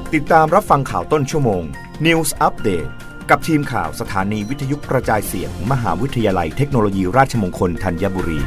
ติดตามรับฟังข่าวต้นชั่วโมง News Update กับทีมข่าวสถานีวิทยุกระจายเสียง มหาวิทยาลัยเทคโนโลยีราชมงคลธัญบุรี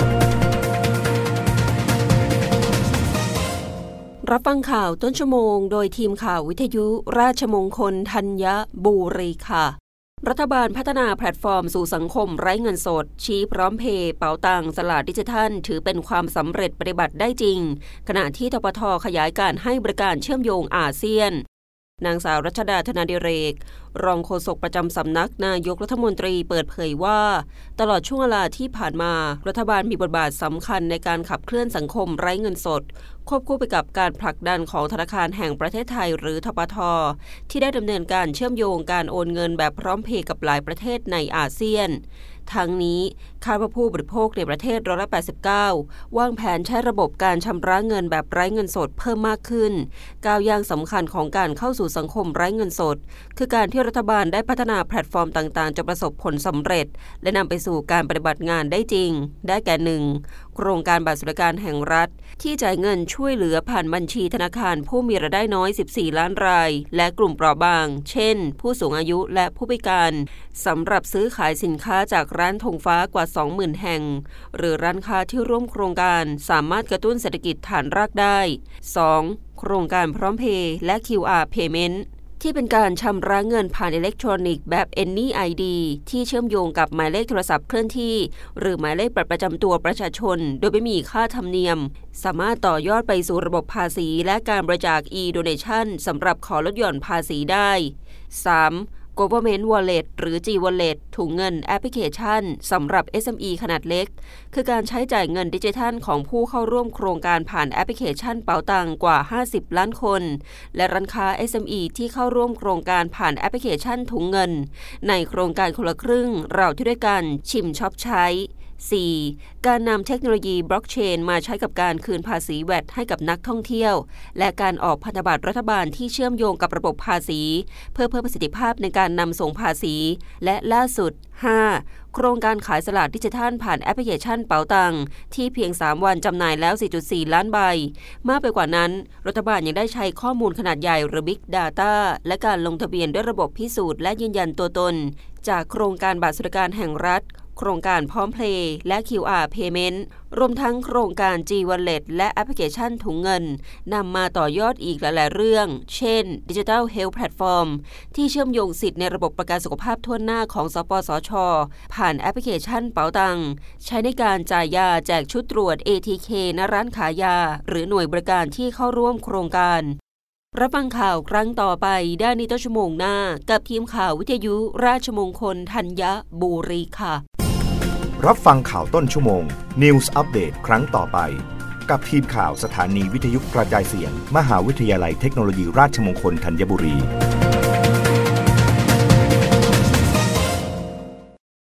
รับฟังข่าวต้นชั่วโมงโดยทีมข่าววิทยุราชมงคลธัญบุรีค่ะรัฐบาลพัฒนาแพลตฟอร์มสู่สังคมไร้เงินสดชี้พร้อมเพย์เป๋าตังค์สลากดิจิทัลถือเป็นความสำเร็จปฏิบัติได้จริงขณะที่ทปท.ขยายการให้บริการเชื่อมโยงอาเซียนนางสาวรัชดาธนาดิเรกรองโฆษกประจำสำนักนายกรัฐมนตรีเปิดเผยว่าตลอดช่วงเวลาที่ผ่านมารัฐบาลมีบทบาทสำคัญในการขับเคลื่อนสังคมไร้เงินสดควบคู่ไปกับการผลักดันของธนาคารแห่งประเทศไทยหรือทปท.ที่ได้ดำเนินการเชื่อมโยงการโอนเงินแบบพร้อมเพย์กับหลายประเทศในอาเซียนทั้งนี้คาดว่าผู้บริโภคในประเทศ89%วางแผนใช้ระบบการชำระเงินแบบไร้เงินสดเพิ่มมากขึ้นก้าวย่างสำคัญของการเข้าสู่สังคมไร้เงินสดคือการที่รัฐบาลได้พัฒนาแพลตฟอร์มต่างๆจนประสบผลสำเร็จและนำไปสู่การปฏิบัติงานได้จริงได้แก่ 1. โครงการบัตรสวัสดิการแห่งรัฐที่จ่ายเงินช่วยเหลือผ่านบัญชีธนาคารผู้มีรายได้น้อย14ล้านรายและกลุ่มเปราะบางเช่นผู้สูงอายุและผู้พิการสำหรับซื้อขายสินค้าจากร้านธงฟ้ากว่า 20,000 แห่งหรือร้านค้าที่ร่วมโครงการสามารถกระตุ้นเศรษฐกิจฐานรากได้ 2. โครงการพร้อมเพย์และ QR Payment ที่เป็นการชำระเงินผ่านอิเล็กทรอนิกส์แบบ Any ID ที่เชื่อมโยงกับหมายเลขโทรศัพท์เคลื่อนที่หรือหมายเลขบัตรประจำตัวประชาชนโดยไม่มีค่าธรรมเนียมสามารถต่อยอดไปสู่ระบบภาษีและการบริจาค e-donation สำหรับขอลดหย่อนภาษีได้ 3. Government Wallet หรือ G-Wallet ถุงเงินแอปพลิเคชันสำหรับ SME ขนาดเล็กคือการใช้จ่ายเงินดิจิทัลของผู้เข้าร่วมโครงการผ่านแอปพลิเคชันเป๋าตังกว่า50ล้านคนและร้านค้า SME ที่เข้าร่วมโครงการผ่านแอปพลิเคชันถุงเงินในโครงการคนละครึ่งเราที่ด้วยกันชิมช็อปใช้ 4. การนำเทคโนโลยีบล็อกเชนมาใช้กับการคืนภาษีแวตให้กับนักท่องเที่ยวและการออกพันธบัตรรัฐบาลที่เชื่อมโยงกับระบบภาษีเพื่อเพิ่มประสิทธิภาพในการนำส่งภาษีและล่าสุด 5. โครงการขายสลากดิจิทัลผ่านแอปพลิเคชันเป๋าตังที่เพียง3วันจำหน่ายแล้ว 4.4 ล้านใบมากไปกว่านั้นรัฐบาลยังได้ใช้ข้อมูลขนาดใหญ่หรือ Big Data และการลงทะเบียนด้วยระบบพิสูจน์และยืนยันตัวตนจากโครงการบัตรสวัสดิการแห่งรัฐโครงการพร้อมเพลย์และ QR Payment รวมทั้งโครงการ G-Wallet และแอปพลิเคชันถุงเงินนำมาต่อยอดอีกหลายๆเรื่องเช่น Digital Health Platform ที่เชื่อมโยงสิทธิ์ในระบบประกันสุขภาพทั่วหน้าของสปสช.ผ่านแอปพลิเคชันเป๋าตังใช้ในการจ่ายยาแจกชุดตรวจ ATK ณร้านขายยาหรือหน่วยบริการที่เข้าร่วมโครงการรับฟังข่าวครั้งต่อไปได้ในต้นชั่วโมงหน้ากับทีมข่าววิทยุราชมงคลธัญบุรีค่ะรับฟังข่าวต้นชั่วโมง News Update ครั้งต่อไปกับทีมข่าวสถานีวิทยุกระจายเสียง มหาวิทยาลัยเทคโนโลยีราชมงคลธัญบุรี